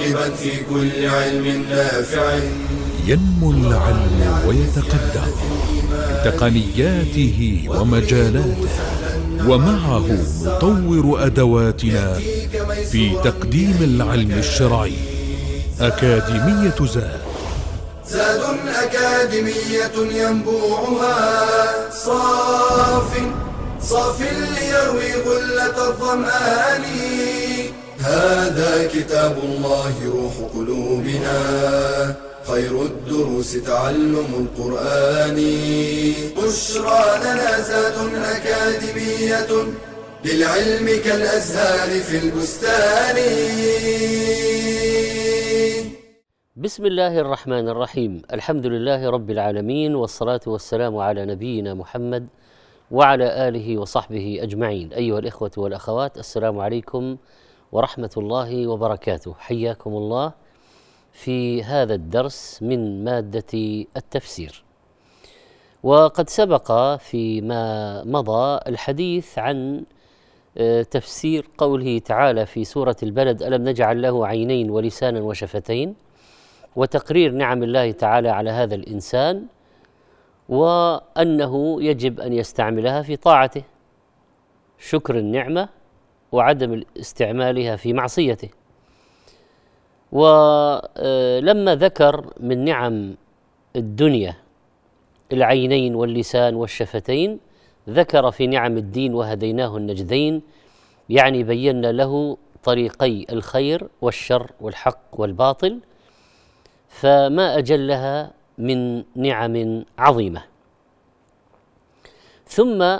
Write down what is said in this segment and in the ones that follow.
راغبا في كل علم نافع. ينمو العلم ويتقدم بتقنياته ومجالاته، ومعه نطور أدواتنا في تقديم العلم الشرعي. أكاديمية زاد أكاديمية ينبوعها صاف ليروي غلة الظمآن. هذا كتاب الله روح قلوبنا، خير الدروس تعلم القرآن. بشرى لنا زاد أكاديمية للعلم كالأزهار في البستان. بسم الله الرحمن الرحيم. الحمد لله رب العالمين، والصلاة والسلام على نبينا محمد وعلى آله وصحبه أجمعين. أيها الإخوة والأخوات، السلام عليكم ورحمة الله وبركاته. حياكم الله في هذا الدرس من مادة التفسير. وقد سبق فيما مضى الحديث عن تفسير قوله تعالى في سورة البلد: ألم نجعل له عينين ولسانا وشفتين، وتقرير نعم الله تعالى على هذا الإنسان، وأنه يجب أن يستعملها في طاعته، شكر النعمة وعدم استعمالها في معصيته. ولما ذكر من نعم الدنيا العينين واللسان والشفتين، ذكر في نعم الدين وهديناه النجدين، يعني بينا له طريقي الخير والشر والحق والباطل، فما أجلها من نعم عظيمة. ثم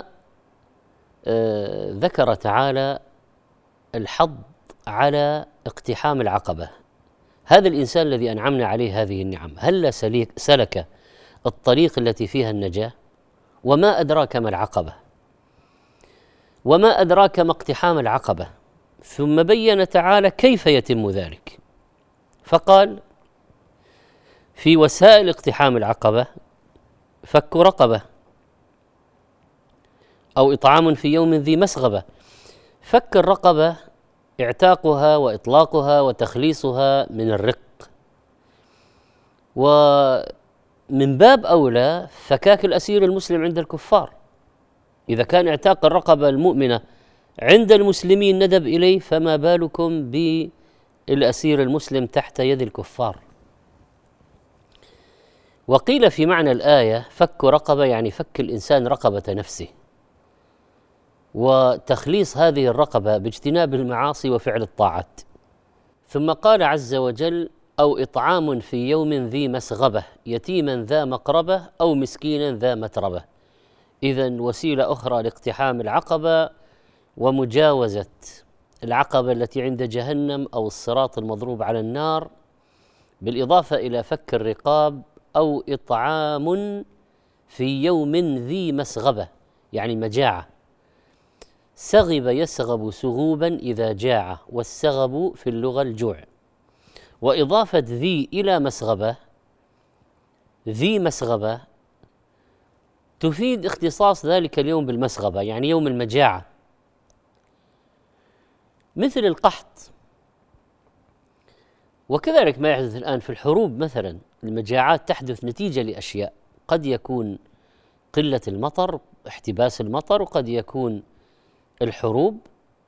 ذكر تعالى الحض على اقتحام العقبة. هذا الإنسان الذي أنعمنا عليه هذه النعم، هل سلك الطريق التي فيها النجاة؟ وما أدراك ما العقبة، وما أدراك ما اقتحام العقبة. ثم بين تعالى كيف يتم ذلك، فقال: في وسائل اقتحام العقبة فك رقبة أو إطعام في يوم ذي مسغبة. فك الرقبة اعتاقها وإطلاقها وتخليصها من الرق، ومن باب أولى فكاك الأسير المسلم عند الكفار. إذا كان اعتاق الرقبة المؤمنة عند المسلمين ندب إليه، فما بالكم بالأسير المسلم تحت يد الكفار. وقيل في معنى الآية فك رقبة يعني فك الإنسان رقبة نفسه، وتخليص هذه الرقبة باجتناب المعاصي وفعل الطاعات. ثم قال عز وجل: أو إطعام في يوم ذي مسغبة، يتيما ذا مقربة أو مسكينا ذا متربة. إذن وسيلة أخرى لاقتحام العقبة ومجاوزة العقبة التي عند جهنم أو الصراط المضروب على النار، بالإضافة إلى فك الرقاب. أو إطعام في يوم ذي مسغبة يعني مجاعة. سغب يسغب سغوبا إذا جاع، والسغب في اللغة الجوع. وإضافة ذي إلى مسغبة، ذي مسغبة تفيد اختصاص ذلك اليوم بالمسغبة، يعني يوم المجاعة، مثل القحط. وكذلك ما يحدث الآن في الحروب مثلا، المجاعات تحدث نتيجة لأشياء، قد يكون قلة المطر، احتباس المطر، وقد يكون الحروب.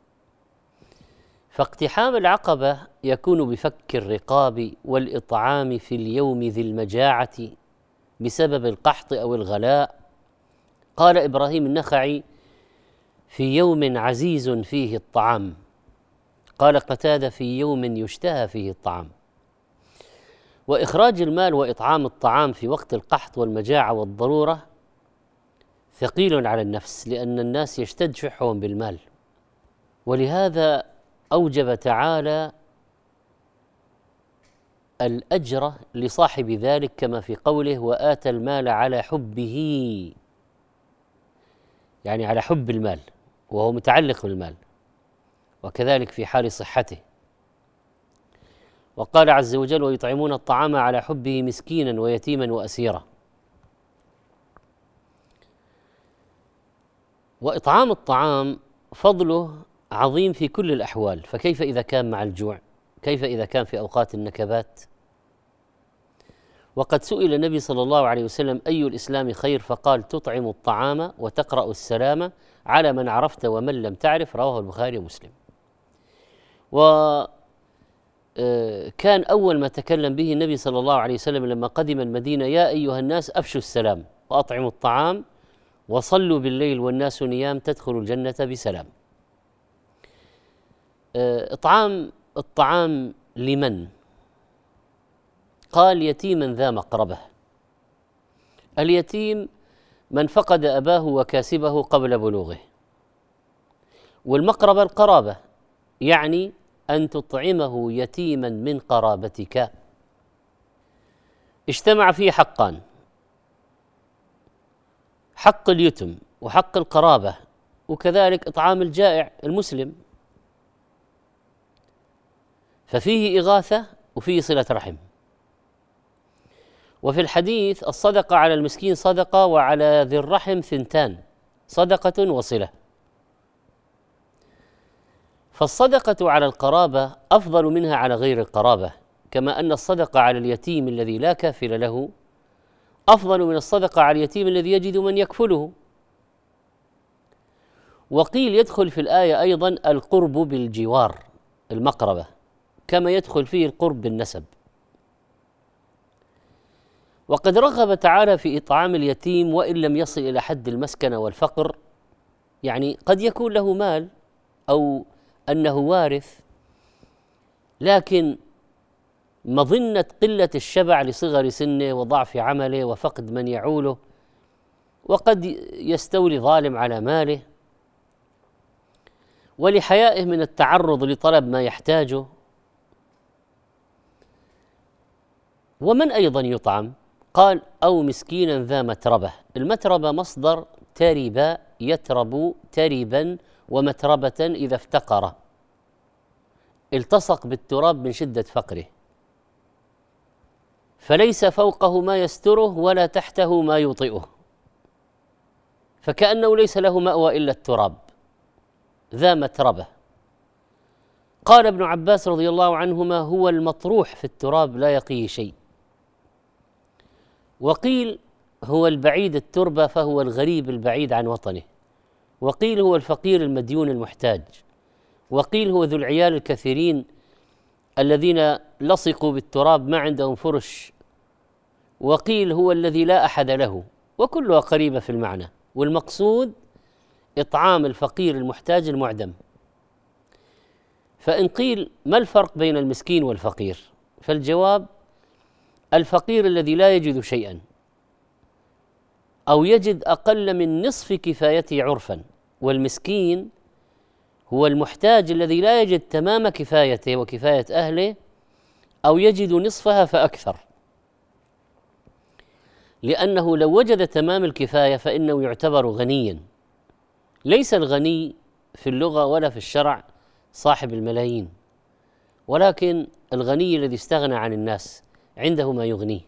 فاقتحام العقبة يكون بفك الرقاب والإطعام في اليوم ذي المجاعة بسبب القحط أو الغلاء. قال إبراهيم النخعي: في يوم عزيز فيه الطعام. قال قتادة: في يوم يشتهى فيه الطعام. وإخراج المال وإطعام الطعام في وقت القحط والمجاعة والضرورة ثقيل على النفس، لأن الناس يشتد شحهم بالمال، ولهذا أوجب تعالى الأجر لصاحب ذلك، كما في قوله: وآتى المال على حبه، يعني على حب المال، وهو متعلق بالمال، وكذلك في حال صحته. وقال عز وجل: ويطعمون الطعام على حبه مسكينا ويتيما وأسيرا. وإطعام الطعام فضله عظيم في كل الأحوال، فكيف إذا كان مع الجوع؟ كيف إذا كان في أوقات النكبات؟ وقد سئل النبي صلى الله عليه وسلم: أي الإسلام خير؟ فقال: تطعم الطعام وتقرأ السلام على من عرفت ومن لم تعرف. رواه البخاري ومسلم. وكان أول ما تكلم به النبي صلى الله عليه وسلم لما قدم المدينة: يا أيها الناس أفشوا السلام وأطعموا الطعام وصلوا بالليل والناس نيام تدخلوا الجنة بسلام. إطعام الطعام لمن؟ قال: يتيما ذا مقربة. اليتيم من فقد أباه وكاسبه قبل بلوغه، والمقربة القرابة، يعني أن تطعمه يتيما من قرابتك. اجتمع فيه حقان: حق اليتم وحق القرابة، وكذلك إطعام الجائع المسلم، ففيه إغاثة وفيه صلة رحم. وفي الحديث: الصدقة على المسكين صدقة وعلى ذي الرحم ثنتان، صدقة وصلة. فالصدقة على القرابة أفضل منها على غير القرابة، كما أن الصدقة على اليتيم الذي لا كافل له أفضل من الصدقة على اليتيم الذي يجد من يكفله. وقيل يدخل في الآية أيضا القرب بالجوار، المقربة، كما يدخل فيه القرب بالنسب. وقد رغب تعالى في إطعام اليتيم وإن لم يصل إلى حد المسكنة والفقر، يعني قد يكون له مال أو أنه وارث، لكن مظنة قلة الشبع لصغر سنه وضعف عمله وفقد من يعوله، وقد يستولي ظالم على ماله، ولحيائه من التعرض لطلب ما يحتاجه. ومن أيضا يطعم؟ قال: أو مسكينا ذا متربة. المتربة مصدر ترب، يترب تربا، ومتربة إذا افتقر، التصق بالتراب من شدة فقره، فليس فوقه ما يستره ولا تحته ما يوطئه، فكأنه ليس له مأوى إلا التراب، ذا متربة. قال ابن عباس رضي الله عنهما: هو المطروح في التراب لا يقيه شيء. وقيل هو البعيد التربة، فهو الغريب البعيد عن وطنه. وقيل هو الفقير المديون المحتاج. وقيل هو ذو العيال الكثيرين الذين لصقوا بالتراب ما عندهم فرش. وقيل هو الذي لا أحد له، وكلها قريبة في المعنى، والمقصود إطعام الفقير المحتاج المعدم. فإن قيل ما الفرق بين المسكين والفقير؟ فالجواب: الفقير الذي لا يجد شيئا أو يجد أقل من نصف كفايته عرفا، والمسكين هو المحتاج الذي لا يجد تمام كفايته وكفاية أهله أو يجد نصفها فأكثر، لأنه لو وجد تمام الكفاية فإنه يعتبر غنيا. ليس الغني في اللغة ولا في الشرع صاحب الملايين، ولكن الغني الذي استغنى عن الناس عنده ما يغنيه.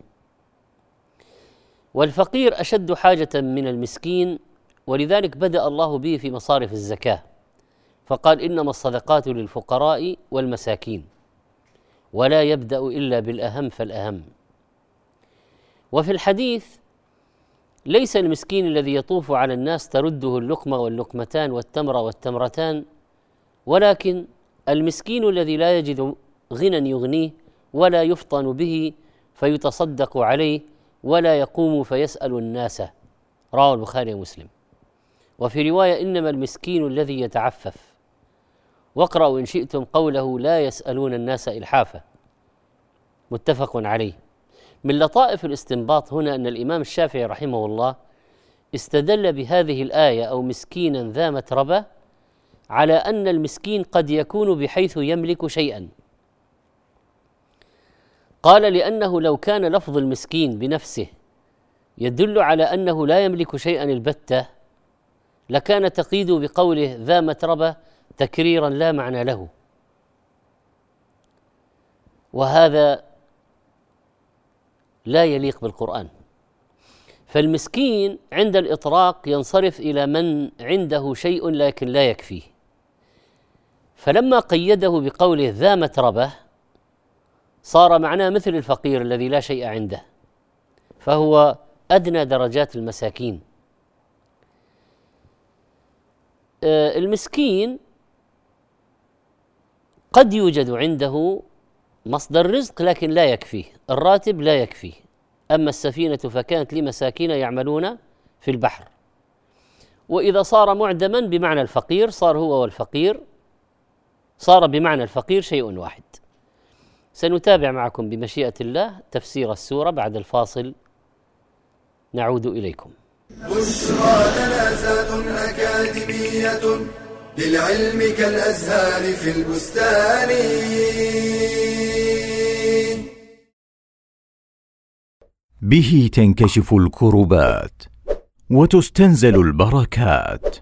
والفقير أشد حاجة من المسكين، ولذلك بدأ الله به في مصارف الزكاة، فقال: إنما الصدقات للفقراء والمساكين، ولا يبدأ إلا بالأهم فالأهم. وفي الحديث: ليس المسكين الذي يطوف على الناس ترده اللقمة واللقمتان والتمرة والتمرتان، ولكن المسكين الذي لا يجد غنى يغنيه ولا يفطن به فيتصدق عليه ولا يقوم فيسأل الناس. رواه البخاري ومسلم. وفي رواية: إنما المسكين الذي يتعفف. واقرأوا إن شئتم قوله: لا يسألون الناس إلحافا، متفق عليه. من لطائف الاستنباط هنا أن الإمام الشافعي رحمه الله استدل بهذه الآية: أو مسكينا ذا متربة، على أن المسكين قد يكون بحيث يملك شيئا. قال: لأنه لو كان لفظ المسكين بنفسه يدل على أنه لا يملك شيئا البتة، لكان تقييد بقوله ذا متربة تكريرا لا معنى له، وهذا لا يليق بالقرآن. فالمسكين عند الإطراق ينصرف إلى من عنده شيء لكن لا يكفيه، فلما قيده بقوله ذا متربة صار معناه مثل الفقير الذي لا شيء عنده، فهو أدنى درجات المساكين. المسكين قد يوجد عنده مصدر رزق لكن لا يكفيه، الراتب لا يكفيه. أما السفينة فكانت لمساكين يعملون في البحر. وإذا صار معدما بمعنى الفقير صار هو والفقير، صار بمعنى الفقير شيء واحد. سنتابع معكم بمشيئة الله تفسير السورة بعد الفاصل، نعود إليكم. بشرى لنا زاد أكاديمية للعلم كالأزهار في البستان. به تنكشف الكربات وتستنزل البركات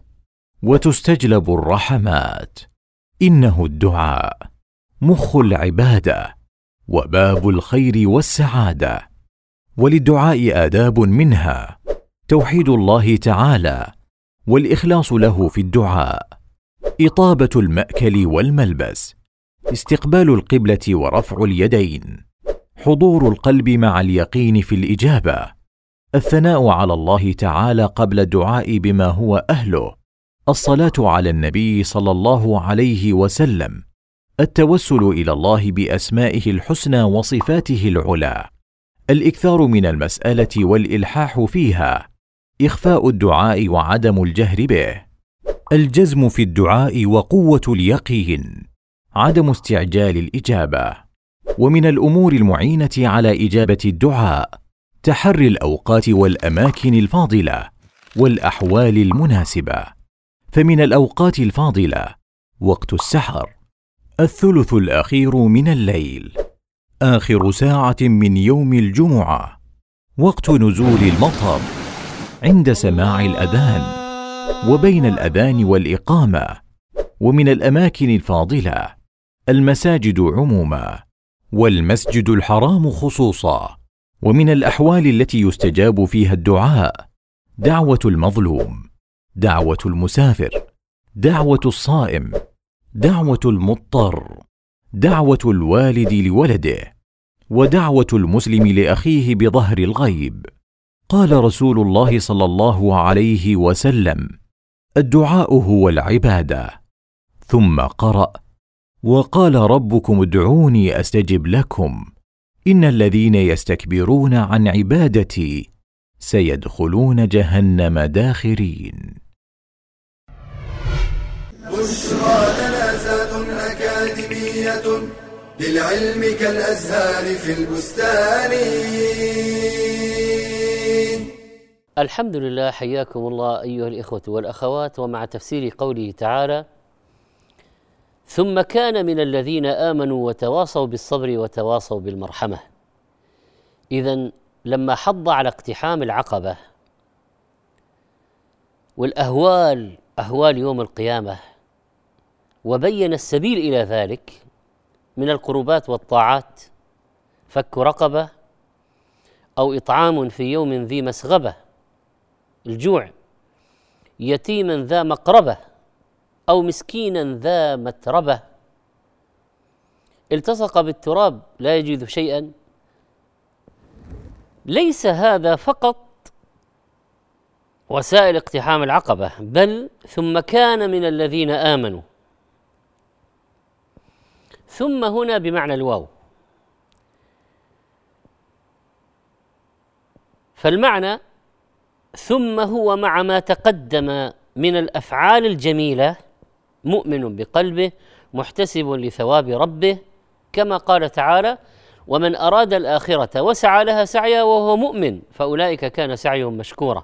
وتستجلب الرحمات. إنه الدعاء مخ العبادة وباب الخير والسعادة. وللدعاء آداب منها توحيد الله تعالى والإخلاص له في الدعاء، إطابة المأكل والملبس، استقبال القبلة ورفع اليدين، حضور القلب مع اليقين في الإجابة، الثناء على الله تعالى قبل الدعاء بما هو أهله، الصلاة على النبي صلى الله عليه وسلم، التوسل إلى الله بأسمائه الحسنى وصفاته العلى، الإكثار من المسألة والإلحاح فيها، إخفاء الدعاء وعدم الجهر به، الجزم في الدعاء وقوة اليقين، عدم استعجال الإجابة. ومن الأمور المعينة على إجابة الدعاء تحري الأوقات والأماكن الفاضلة والأحوال المناسبة. فمن الأوقات الفاضلة وقت السحر، الثلث الأخير من الليل، آخر ساعة من يوم الجمعة، وقت نزول المطر، عند سماع الأذان وبين الأذان والإقامة. ومن الأماكن الفاضلة المساجد عموما والمسجد الحرام خصوصا. ومن الأحوال التي يستجاب فيها الدعاء دعوة المظلوم، دعوة المسافر، دعوة الصائم، دعوة المضطر، دعوة الوالد لولده، ودعوة المسلم لأخيه بظهر الغيب. قال رسول الله صلى الله عليه وسلم: الدعاء هو العبادة. ثم قرأ: وقال ربكم ادعوني أستجب لكم إن الذين يستكبرون عن عبادتي سيدخلون جهنم داخرين. بشرى لنا زاد أكاديمية للعلم كالأزهار في البستان. الحمد لله، حياكم الله أيها الإخوة والأخوات، ومع تفسير قوله تعالى: ثم كان من الذين آمنوا وتواصوا بالصبر وتواصوا بالمرحمة. إذن لما حض على اقتحام العقبة والأهوال، أهوال يوم القيامة، وبين السبيل إلى ذلك من القربات والطاعات، فك رقبة أو إطعام في يوم ذي مسغبة، الجوع، يتيما ذا مقربة أو مسكينا ذا متربة، التصق بالتراب لا يجد شيئا. ليس هذا فقط وسائل اقتحام العقبة، بل ثم كان من الذين آمنوا. ثم هنا بمعنى الواو، فالمعنى ثم هو مع ما تقدم من الأفعال الجميلة، مؤمن بقلبه محتسب لثواب ربه، كما قال تعالى: ومن أراد الآخرة وسعى لها سعيا وهو مؤمن فأولئك كان سعيهم مشكورا.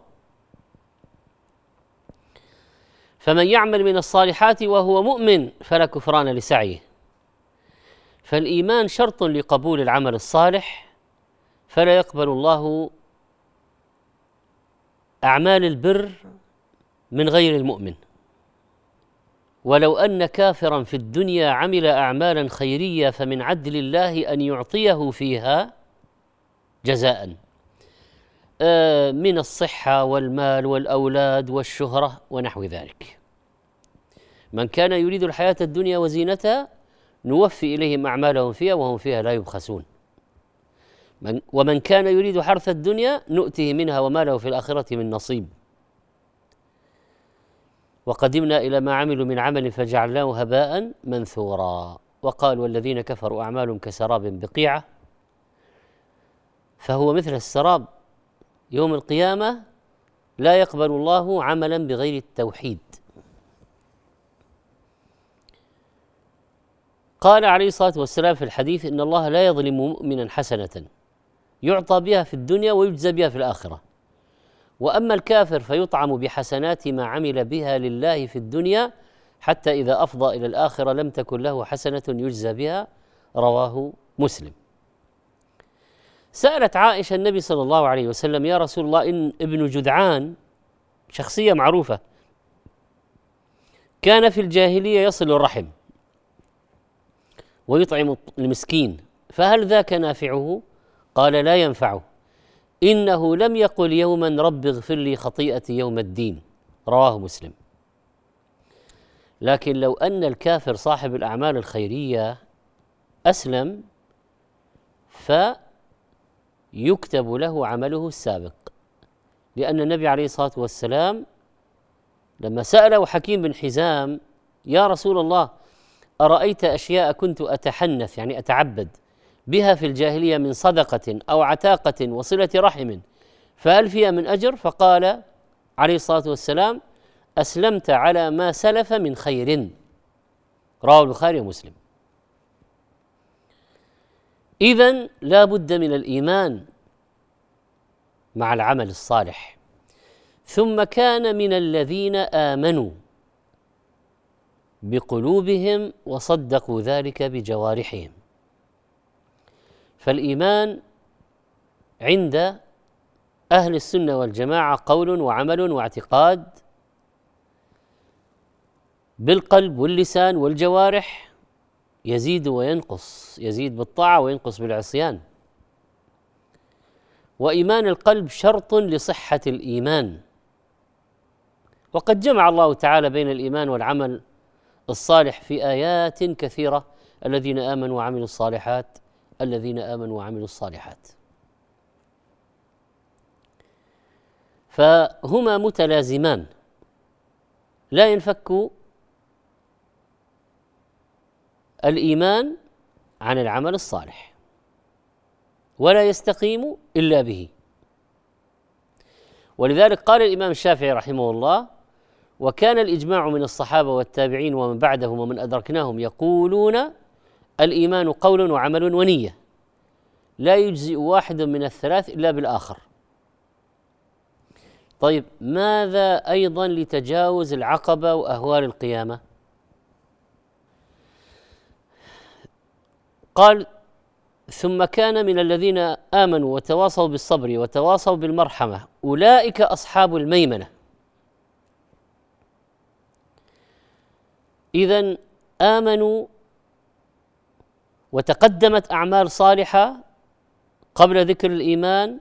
فمن يعمل من الصالحات وهو مؤمن فلا كفران لسعيه. فالإيمان شرط لقبول العمل الصالح، فلا يقبل الله أعمال البر من غير المؤمن. ولو أن كافرا في الدنيا عمل أعمالا خيرية فمن عدل الله أن يعطيه فيها جزاء من الصحة والمال والأولاد والشهرة ونحو ذلك. من كان يريد الحياة الدنيا وزينتها نوفي إليهم أعمالهم فيها وهم فيها لا يبخسون. ومن كان يريد حرث الدنيا نؤته منها وما له في الآخرة من نصيب. وقدمنا إلى ما عملوا من عمل فجعلناه هباء منثورا. وقال والذين كفروا أعمالهم كسراب بقيعة فهو مثل السراب يوم القيامة لا يقبل الله عملا بغير التوحيد. قال عليه الصلاة والسلام في الحديث إن الله لا يظلم مؤمنا حسنة يعطى بها في الدنيا ويجزى بها في الآخرة، وأما الكافر فيطعم بحسنات ما عمل بها لله في الدنيا حتى إذا أفضى إلى الآخرة لم تكن له حسنة يجزى بها. رواه مسلم. سألت عائشة النبي صلى الله عليه وسلم يا رسول الله إن ابن جدعان شخصية معروفة كان في الجاهلية يصل الرحم ويطعم المسكين فهل ذاك نافعه؟ قال لا ينفعه، إنه لم يقل يوما رب اغفر لي خطيئتي يوم الدين. رواه مسلم. لكن لو أن الكافر صاحب الأعمال الخيرية أسلم فيكتب له عمله السابق، لأن النبي عليه الصلاة والسلام لما سأله حكيم بن حزام يا رسول الله أرأيت أشياء كنت أتحنث يعني أتعبد بها في الجاهلية من صدقة أو عتاقة وصلة رحم فهل فيها من أجر؟ فقال عليه الصلاة والسلام أسلمت على ما سلف من خير. رواه البخاري ومسلم. إذن لا بد من الإيمان مع العمل الصالح. ثم كان من الذين آمنوا بقلوبهم وصدقوا ذلك بجوارحهم. فالإيمان عند أهل السنة والجماعة قول وعمل واعتقاد بالقلب واللسان والجوارح، يزيد وينقص، يزيد بالطاعة وينقص بالعصيان. وإيمان القلب شرط لصحة الإيمان، وقد جمع الله تعالى بين الإيمان والعمل الصالح في آيات كثيرة الذين آمنوا وعملوا الصالحات الذين آمنوا وعملوا الصالحات. فهما متلازمان لا ينفك الإيمان عن العمل الصالح ولا يستقيم إلا به. ولذلك قال الإمام الشافعي رحمه الله وكان الإجماع من الصحابة والتابعين ومن بعدهم ومن أدركناهم يقولون الإيمان قول وعمل ونية لا يجزئ واحد من الثلاث إلا بالآخر. طيب ماذا أيضا لتجاوز العقبة وأهوال القيامة؟ قال ثم كان من الذين آمنوا وتواصوا بالصبر وتواصوا بالمرحمة أولئك أصحاب الميمنة. إذن آمنوا وتقدمت أعمال صالحة قبل ذكر الإيمان،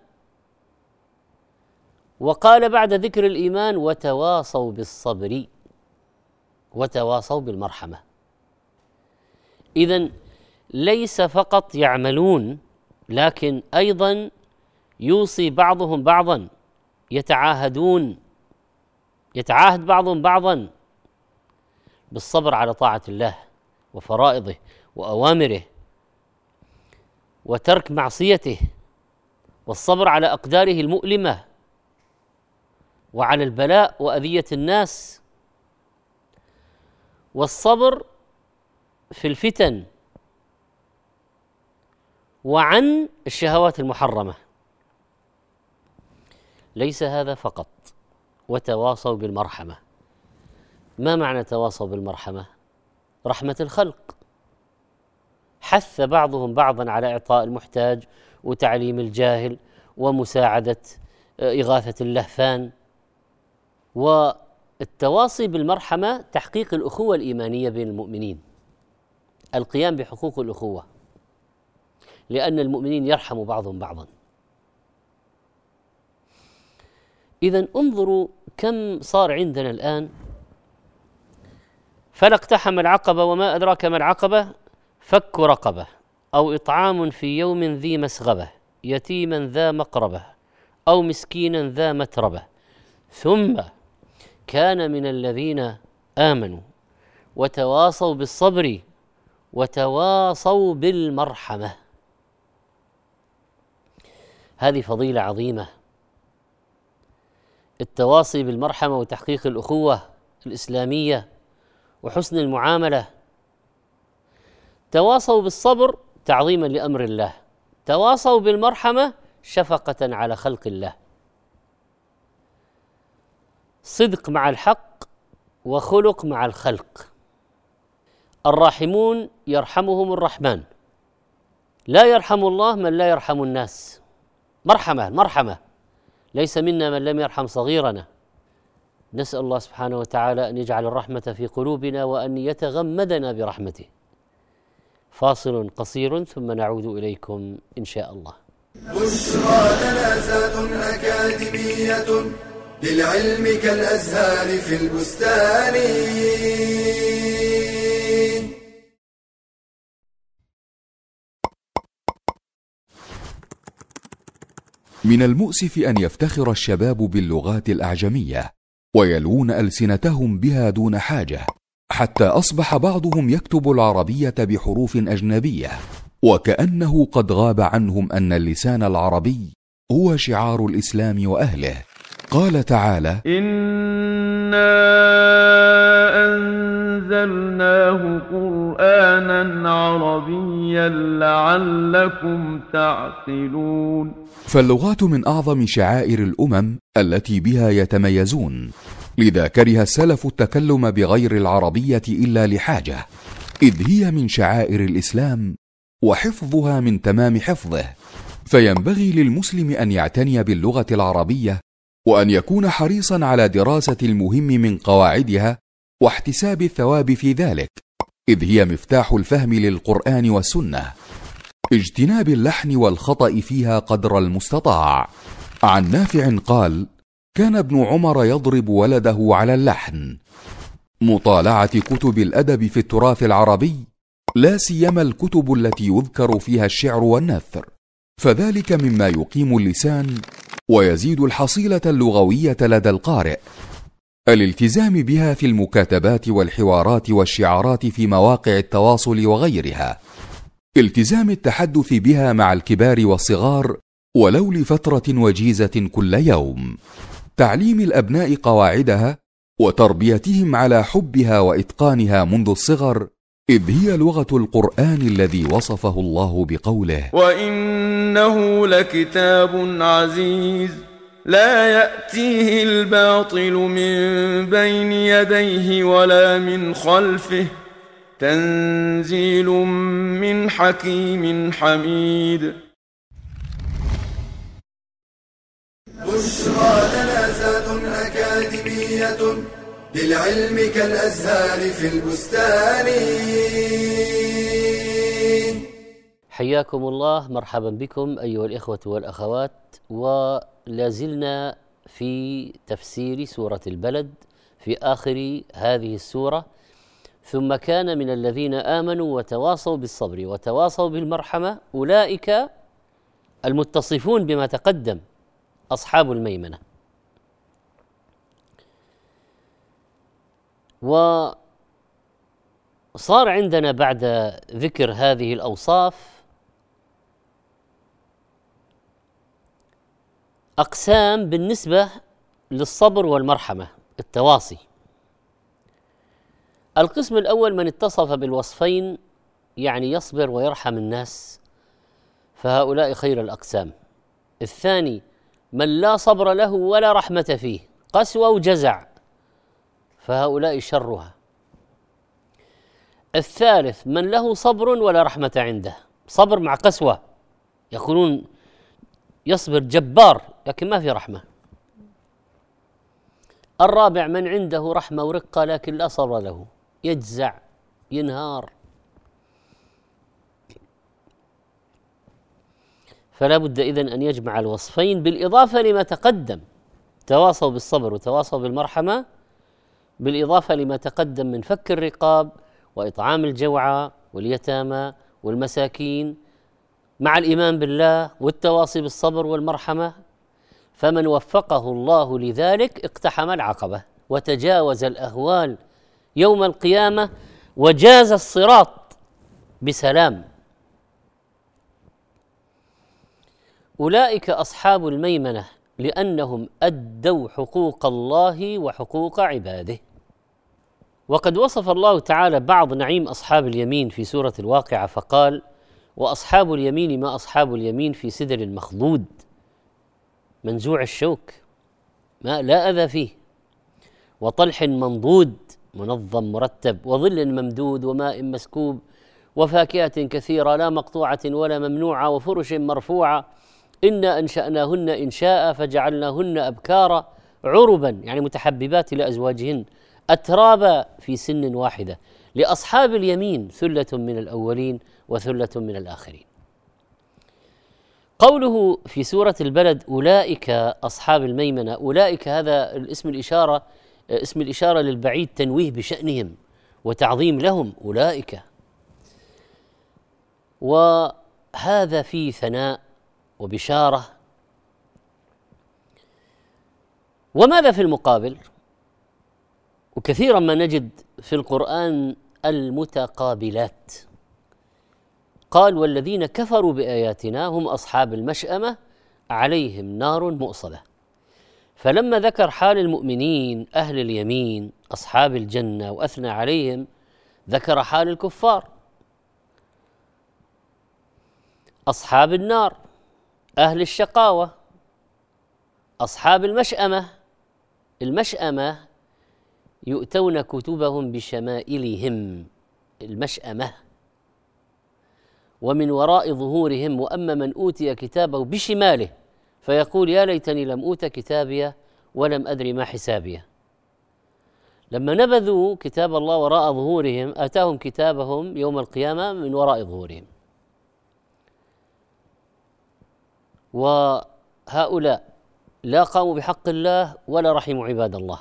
وقال بعد ذكر الإيمان وتواصوا بالصبر وتواصوا بالمرحمة. إذن ليس فقط يعملون لكن أيضا يوصي بعضهم بعضا، يتعاهد بعضهم بعضا بالصبر على طاعة الله وفرائضه وأوامره وترك معصيته، والصبر على أقداره المؤلمة وعلى البلاء وأذية الناس، والصبر في الفتن وعن الشهوات المحرمة. ليس هذا فقط، وتواصوا بالمرحمة. ما معنى تواصوا بالمرحمة؟ رحمة الخلق، حث بعضهم بعضا على إعطاء المحتاج وتعليم الجاهل ومساعدة إغاثة اللهفان. والتواصي بالمرحمة تحقيق الأخوة الإيمانية بين المؤمنين، القيام بحقوق الأخوة، لأن المؤمنين يرحم بعضهم بعضا. إذن انظروا كم صار عندنا الآن. فلا اقتحم العقبة وما أدراك ما العقبة فك رقبة أو إطعام في يوم ذي مسغبة يتيما ذا مقربة أو مسكينا ذا متربة ثم كان من الذين آمنوا وتواصوا بالصبر وتواصوا بالمرحمة. هذه فضيلة عظيمة، التواصي بالمرحمة وتحقيق الأخوة الإسلامية وحسن المعاملة. تواصوا بالصبر تعظيما لأمر الله، تواصوا بالمرحمة شفقة على خلق الله. صدق مع الحق وخلق مع الخلق. الراحمون يرحمهم الرحمن، لا يرحم الله من لا يرحم الناس. مرحمة ليس منا من لم يرحم صغيرنا. نسأل الله سبحانه وتعالى أن يجعل الرحمة في قلوبنا وأن يتغمدنا برحمته. فاصل قصير ثم نعود إليكم إن شاء الله. بشرى جنازات أكاديمية للعلم كالأزهار في البستان. من المؤسف أن يفتخر الشباب باللغات الأعجمية ويلوون ألسنتهم بها دون حاجة، حتى أصبح بعضهم يكتب العربية بحروف أجنبية، وكأنه قد غاب عنهم أن اللسان العربي هو شعار الإسلام وأهله. قال تعالى: إنا أنزلناه قرآنا عربيا لعلكم تعقلون. فاللغات من أعظم شعائر الأمم التي بها يتميزون، لذا كره السلف التكلم بغير العربية إلا لحاجة، إذ هي من شعائر الإسلام وحفظها من تمام حفظه. فينبغي للمسلم أن يعتني باللغة العربية وأن يكون حريصا على دراسة المهم من قواعدها واحتساب الثواب في ذلك، إذ هي مفتاح الفهم للقرآن والسنة. اجتناب اللحن والخطأ فيها قدر المستطاع. عن نافع قال: كان ابن عمر يضرب ولده على اللحن. مطالعة كتب الأدب في التراث العربي، لا سيما الكتب التي يذكر فيها الشعر والنثر، فذلك مما يقيم اللسان ويزيد الحصيلة اللغوية لدى القارئ. الالتزام بها في المكاتبات والحوارات والشعارات في مواقع التواصل وغيرها. التزام التحدث بها مع الكبار والصغار ولو لفترة وجيزة كل يوم. تعليم الأبناء قواعدها وتربيتهم على حبها وإتقانها منذ الصغر، إذ هي لغة القرآن الذي وصفه الله بقوله: وإنه لكتاب عزيز لا يأتيه الباطل من بين يديه ولا من خلفه تنزيل من حكيم حميد. بشرى جنازات أكاديمية للعلم كالأزهار في البستان. حياكم الله، مرحبا بكم أيها الإخوة والأخوات، ولازلنا في تفسير سورة البلد في آخر هذه السورة. ثم كان من الذين آمنوا وتواصوا بالصبر وتواصوا بالمرحمة أولئك المتصفون بما تقدم، أصحاب الميمنة. وصار عندنا بعد ذكر هذه الأوصاف أقسام بالنسبة للصبر والمرحمة، التواصي. القسم الأول من اتصف بالوصفين، يعني يصبر ويرحم الناس، فهؤلاء خير الأقسام. الثاني من لا صبر له ولا رحمة فيه، قسوة وجزع، فهؤلاء شرها. الثالث من له صبر ولا رحمة عنده، صبر مع قسوة، يقولون يصبر جبار لكن ما في رحمة. الرابع من عنده رحمة ورقة لكن لا صبر له، يجزع ينهار. فلا بد إذن أن يجمع الوصفين بالإضافة لما تقدم، تواصوا بالصبر وتواصوا بالمرحمة، بالإضافة لما تقدم من فك الرقاب وإطعام الجوعى واليتامى والمساكين، مع الإيمان بالله والتواصي بالصبر والمرحمة. فمن وفقه الله لذلك اقتحم العقبة وتجاوز الأهوال يوم القيامة وجاز الصراط بسلام. أولئك أصحاب الميمنة لأنهم أدوا حقوق الله وحقوق عباده. وقد وصف الله تعالى بعض نعيم أصحاب اليمين في سورة الواقعة فقال: وأصحاب اليمين ما أصحاب اليمين في سدر مخضود منزوع الشوك ما لا أذى فيه، وطلح منضود منظم مرتب، وظل ممدود، وماء مسكوب، وفاكهة كثيرة لا مقطوعة ولا ممنوعة، وفرش مرفوعة، إنا أنشأناهن إنشاء فجعلناهن أبكارا عربا يعني متحببات لأزواجهن أترابا في سن واحدة. لأصحاب اليمين ثلة من الأولين وثلة من الآخرين. قوله في سورة البلد أولئك أصحاب الميمنة، أولئك هذا الاسم الإشارة، اسم الإشارة للبعيد، تنويه بشأنهم وتعظيم لهم أولئك، وهذا فيه ثناء وبشارة. وماذا في المقابل؟ وكثيرا ما نجد في القرآن المتقابلات. قال: والذين كفروا بآياتنا هم أصحاب المشأمة عليهم نار مؤصدة. فلما ذكر حال المؤمنين أهل اليمين أصحاب الجنة وأثنى عليهم، ذكر حال الكفار أصحاب النار أهل الشقاوة أصحاب المشأمة. المشأمة يؤتون كتبهم بشمائلهم، المشأمة، ومن وراء ظهورهم. وأما من أوتي كتابه بشماله فيقول يا ليتني لم أوت كتابيه ولم أدري ما حسابيه. لما نبذوا كتاب الله وراء ظهورهم آتاهم كتابهم يوم القيامة من وراء ظهورهم. وهؤلاء لا قاموا بحق الله ولا رحموا عباد الله.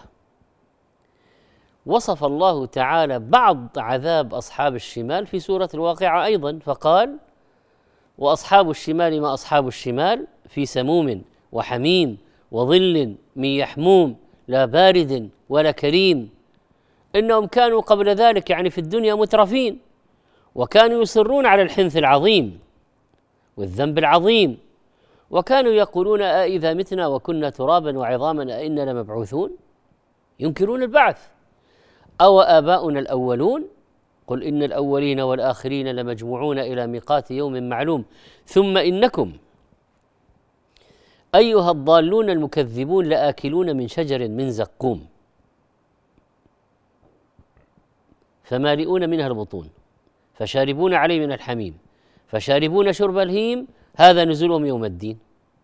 وصف الله تعالى بعض عذاب أصحاب الشمال في سورة الواقعة أيضا فقال: وأصحاب الشمال ما أصحاب الشمال في سموم وحميم وظل من يحموم لا بارد ولا كريم. إنهم كانوا قبل ذلك يعني في الدنيا مترفين، وكانوا يصرون على الحنث العظيم والذنب العظيم، وكانوا يقولون أإذا متنا وكنا ترابا وعظاما أإنا لمبعوثون، ينكرون البعث. أو آباؤنا الأولون قل إن الأولين والآخرين لمجموعون إلى ميقات يوم معلوم ثم إنكم أيها الضالون المكذبون لآكلون من شجر من زقوم فمالئون منها البطون فشاربون عليه من الحميم فشاربون شرب الهيم هذا نزلهم يوم الدين.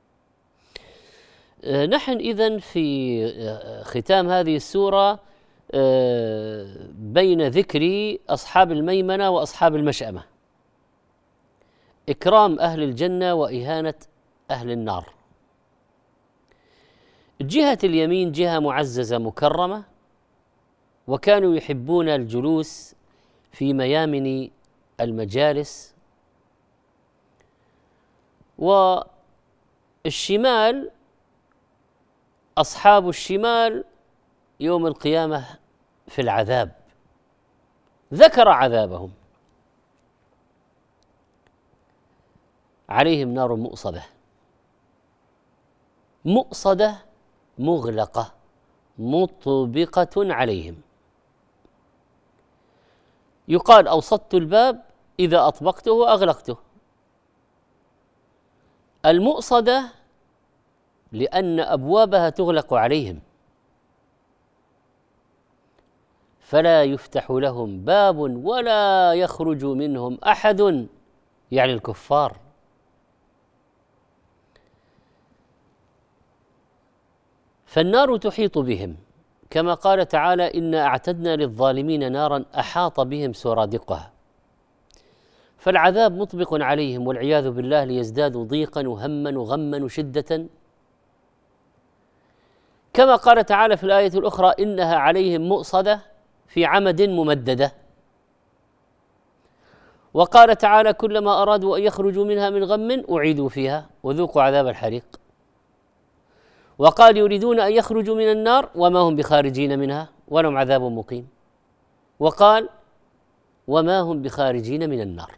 نحن إذن في ختام هذه السورة بين ذكر أصحاب الميمنة وأصحاب المشأمة، إكرام أهل الجنة وإهانة أهل النار. جهة اليمين جهة معززة مكرمة، وكانوا يحبون الجلوس في ميامن المجالس. والشمال أصحاب الشمال يوم القيامة في العذاب، ذكر عذابهم عليهم نار مؤصدة، مؤصدة مغلقة مطبقة عليهم. يقال أوسطت الباب إذا أطبقته أغلقته. المؤصدة لأن أبوابها تغلق عليهم فلا يفتح لهم باب ولا يخرج منهم أحد، يعني الكفار. فالنار تحيط بهم كما قال تعالى إنا أعتدنا للظالمين نارا أحاط بهم سرادقها. فالعذاب مطبق عليهم والعياذ بالله ليزدادوا ضيقا وهما وغما وشدة، كما قال تعالى في الآية الأخرى إنها عليهم مؤصدة في عمد ممددة. وقال تعالى: كلما أرادوا أن يخرجوا منها من غم أعيدوا فيها وذوقوا عذاب الحريق. وقال: يريدون أن يخرجوا من النار وما هم بخارجين منها ولهم عذاب مقيم. وقال: وما هم بخارجين من النار.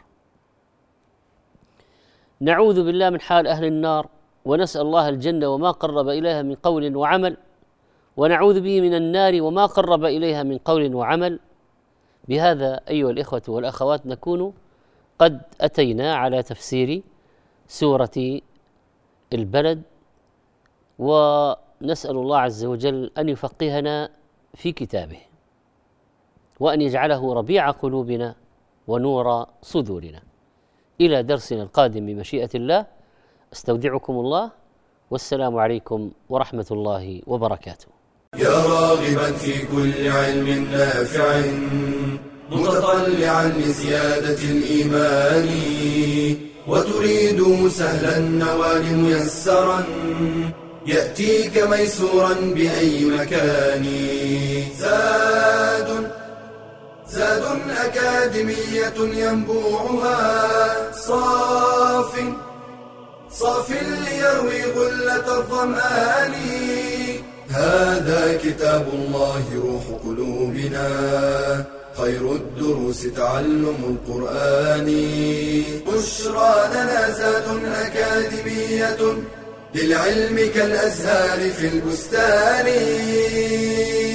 نعوذ بالله من حال أهل النار، ونسأل الله الجنة وما قرب إليها من قول وعمل، ونعوذ به من النار وما قرب إليها من قول وعمل. بهذا أيها الإخوة والأخوات نكون قد أتينا على تفسير سورة البلد، ونسأل الله عز وجل أن يفقهنا في كتابه، وأن يجعله ربيع قلوبنا ونور صدورنا. إلى درسنا القادم بمشيئة الله، استودعكم الله، والسلام عليكم ورحمة الله وبركاته. يا راغبا في كل علم نافع، متطلعا لزيادة الإيمان، وتريد سهلا النوال ميسرا، يأتيك ميسورا بأي مكان. زاد أكاديمية ينبوعها صاف ليروي غلة الظمآن. هذا كتاب الله روح قلوبنا، خير الدروس تعلم القرآن. بشرى لنا زاد أكاديمية، للعلم كالأزهار في البستان.